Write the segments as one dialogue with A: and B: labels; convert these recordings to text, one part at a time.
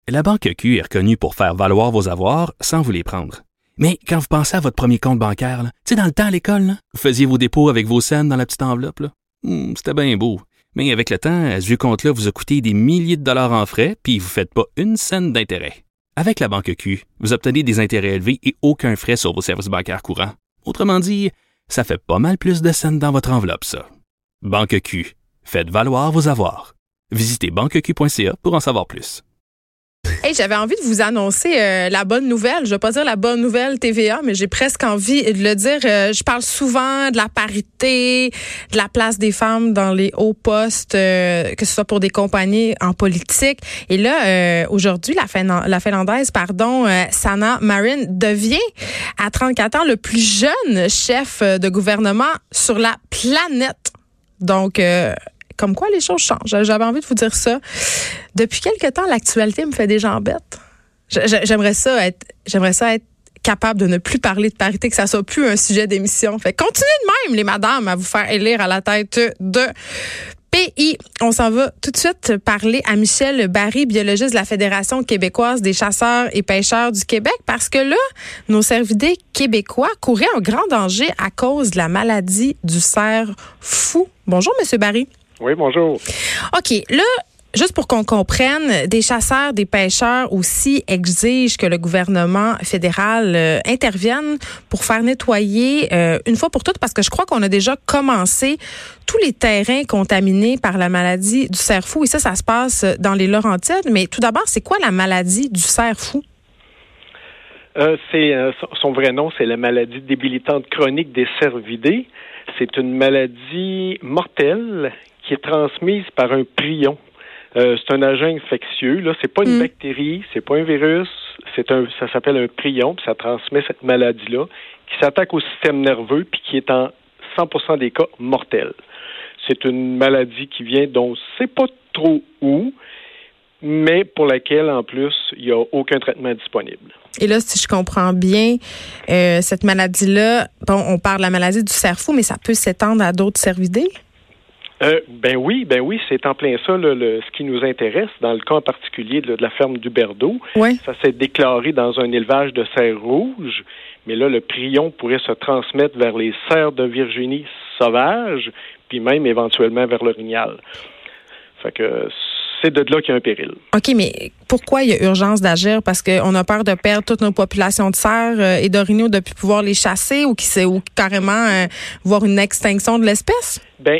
A: La Banque Q est reconnue pour faire valoir vos avoirs sans vous les prendre. Mais quand vous pensez à votre premier compte bancaire, tu sais, dans le temps à l'école, là, vous faisiez vos dépôts avec vos scènes dans la petite enveloppe. Là. C'était bien beau. Mais avec le temps, ce vieux compte-là vous a coûté des milliers de dollars en frais, puis vous ne faites pas une scène d'intérêt. Avec la Banque Q, vous obtenez des intérêts élevés et aucun frais sur vos services bancaires courants. Autrement dit, ça fait pas mal plus de scènes dans votre enveloppe, ça. Banque Q. Faites valoir vos avoirs. Visitez banqueq.ca pour en savoir plus.
B: Hey, j'avais envie de vous annoncer la bonne nouvelle. Je vais pas dire la bonne nouvelle TVA, mais j'ai presque envie de le dire. Je parle souvent de la parité, de la place des femmes dans les hauts postes, que ce soit pour des compagnies en politique. Et là, aujourd'hui, la Finlandaise, Sanna Marin devient, à 34 ans, le plus jeune chef de gouvernement sur la planète. Donc, comme quoi les choses changent. J'avais envie de vous dire ça. Depuis quelque temps, l'actualité me fait des jambettes. J'aimerais ça être capable de ne plus parler de parité, que ça soit plus un sujet d'émission. Fait continuez de même, les madames, à vous faire élire à la tête de pays. On s'en va tout de suite parler à Michel Barry, biologiste de la Fédération québécoise des chasseurs et pêcheurs du Québec, parce que là, nos cervidés québécois couraient un grand danger à cause de la maladie du cerf fou. Bonjour, Monsieur Barry.
C: Oui, bonjour.
B: OK, là, juste pour qu'on comprenne, des chasseurs, des pêcheurs aussi exigent que le gouvernement fédéral intervienne pour faire nettoyer une fois pour toutes, parce que je crois qu'on a déjà commencé tous les terrains contaminés par la maladie du cerf fou. Et ça se passe dans les Laurentides. Mais tout d'abord, c'est quoi la maladie du cerf fou?
C: Son vrai nom, c'est la maladie débilitante chronique des cervidés. C'est une maladie mortelle qui est transmise par un prion. C'est un agent infectieux. Là, c'est pas une bactérie, c'est pas un virus. Ça s'appelle un prion, puis ça transmet cette maladie-là, qui s'attaque au système nerveux, puis qui est en 100% des cas mortelle. C'est une maladie qui vient dont on ne sait pas trop où, mais pour laquelle, en plus, il n'y a aucun traitement disponible.
B: Et là, si je comprends bien, cette maladie-là, bon, on parle de la maladie du cerf fou, mais ça peut s'étendre à d'autres cervidés?
C: Ben oui, c'est en plein ça ce qui nous intéresse. Dans le cas en particulier de la ferme du Berdo, ça s'est déclaré dans un élevage de cerfs rouges, mais là, le prion pourrait se transmettre vers les cerfs de Virginie sauvages, puis même éventuellement vers l'orignal. Fait que c'est de là qu'il y a un péril. OK,
B: mais pourquoi il y a urgence d'agir? Parce qu'on a peur de perdre toutes nos populations de cerfs et d'orignaux, de ne plus pouvoir les chasser ou carrément voir une extinction de l'espèce?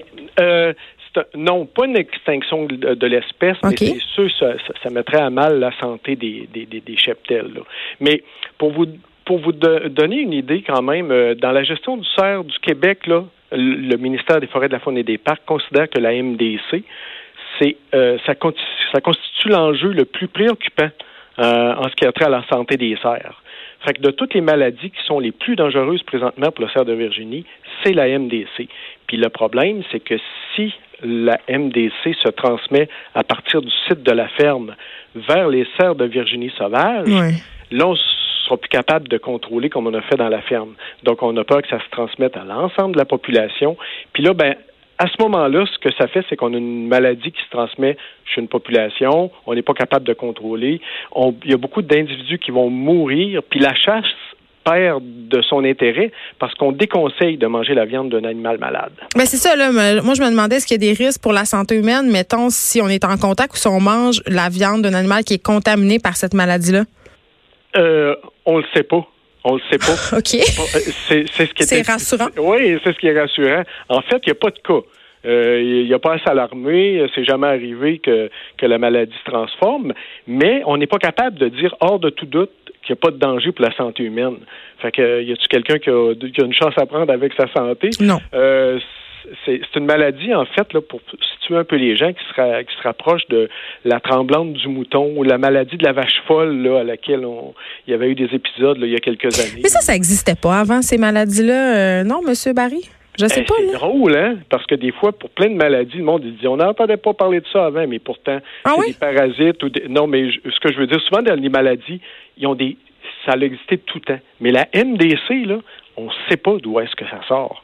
C: Non, pas une extinction de l'espèce, mais c'est sûr ça mettrait à mal la santé des cheptels. Là. Mais pour vous donner une idée quand même, dans la gestion du cerf du Québec, là, le ministère des Forêts, de la Faune et des Parcs considère que la MDC, ça constitue l'enjeu le plus préoccupant en ce qui a trait à la santé des cerfs. Fait que de toutes les maladies qui sont les plus dangereuses présentement pour le cerf de Virginie, c'est la MDC. Puis le problème, c'est que si la MDC se transmet à partir du site de la ferme vers les cerfs de Virginie sauvage, là, on ne sera plus capable de contrôler comme on a fait dans la ferme. Donc, on a peur que ça se transmette à l'ensemble de la population. Puis là, à ce moment-là, ce que ça fait, c'est qu'on a une maladie qui se transmet chez une population, on n'est pas capable de contrôler. Il y a beaucoup d'individus qui vont mourir, puis la chasse perd de son intérêt parce qu'on déconseille de manger la viande d'un animal malade.
B: Ben c'est ça, là. Moi, je me demandais est-ce qu'il y a des risques pour la santé humaine, mettons, si on est en contact ou si on mange la viande d'un animal qui est contaminé par cette maladie-là?
C: On le sait pas. On le sait pas.
B: OK. C'est rassurant.
C: Oui, c'est ce qui est rassurant. En fait, il n'y a pas de cas. Il n'y a pas à s'alarmer. C'est jamais arrivé que la maladie se transforme. Mais on n'est pas capable de dire hors de tout doute qu'il n'y a pas de danger pour la santé humaine. Fait que, y a-tu quelqu'un qui a une chance à prendre avec sa santé?
B: Non.
C: C'est une maladie, en fait, là, pour situer un peu les gens, qui se rapproche de la tremblante du mouton ou la maladie de la vache folle, là, à laquelle il y avait eu des épisodes là, il y a quelques années.
B: Mais ça n'existait pas avant, ces maladies-là. Non, M. Barry? Je sais pas.
C: C'est drôle, hein? Parce que des fois, pour plein de maladies, le monde dit on n'entendait pas parler de ça avant, mais pourtant, c'est des parasites ou Non, mais ce que je veux dire, souvent dans les maladies, ça a existé tout le temps. Mais la MDC, là, on ne sait pas d'où est-ce que ça sort.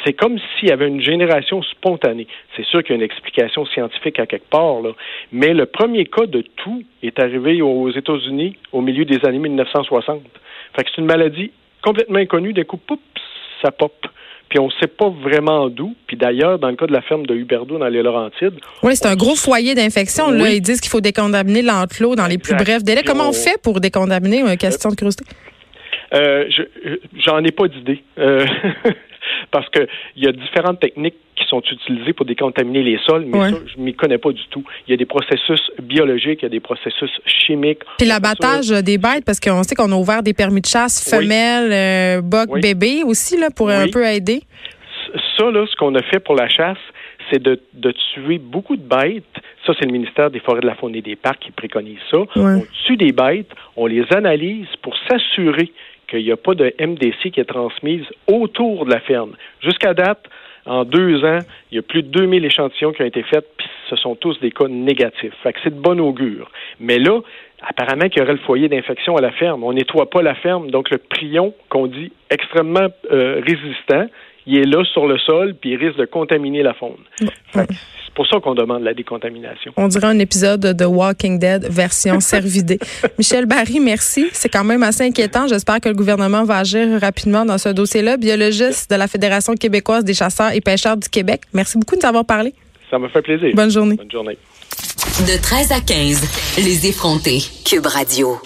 C: C'est comme s'il y avait une génération spontanée. C'est sûr qu'il y a une explication scientifique à quelque part, là, mais le premier cas de tout est arrivé aux États-Unis au milieu des années 1960. Fait que c'est une maladie complètement inconnue, d'un coup, poup, ça pop. Puis on ne sait pas vraiment d'où. Puis d'ailleurs, dans le cas de la ferme de Huberdeau dans les Laurentides...
B: Oui, c'est un gros foyer d'infection.
C: Oui.
B: Là, ils disent qu'il faut décontaminer l'enclos dans les plus brefs délais. Comment on fait pour décontaminer? Question de curiosité.
C: J'en ai pas d'idée. Parce que il y a différentes techniques qui sont utilisées pour décontaminer les sols, mais ça, je m'y connais pas du tout. Il y a des processus biologiques, il y a des processus chimiques.
B: Puis l'abattage des bêtes, parce qu'on sait qu'on a ouvert des permis de chasse femelles, boc, bébé aussi, là, pour un peu aider.
C: Ça, là, ce qu'on a fait pour la chasse, c'est de tuer beaucoup de bêtes. Ça, c'est le ministère des Forêts, de la Faune et des Parcs qui préconise ça. On tue des bêtes, on les analyse pour s'assurer qu'il n'y a pas de MDC qui est transmise autour de la ferme. Jusqu'à date, en 2 ans, il y a plus de 2000 échantillons qui ont été faits, puis ce sont tous des cas négatifs. Fait que c'est de bon augure. Mais là, apparemment qu'il y aurait le foyer d'infection à la ferme. On nettoie pas la ferme, donc le prion, qu'on dit extrêmement résistant, il est là sur le sol, puis il risque de contaminer la faune. C'est pour ça qu'on demande la décontamination.
B: On dirait un épisode de Walking Dead version cervidée. Michel Barry, merci. C'est quand même assez inquiétant. J'espère que le gouvernement va agir rapidement dans ce dossier-là. Biologiste de la Fédération québécoise des chasseurs et pêcheurs du Québec. Merci beaucoup de nous avoir parlé.
C: Ça m'a fait plaisir.
B: Bonne journée.
C: Bonne journée.
D: De 13 à 15, les effrontés. Cube Radio.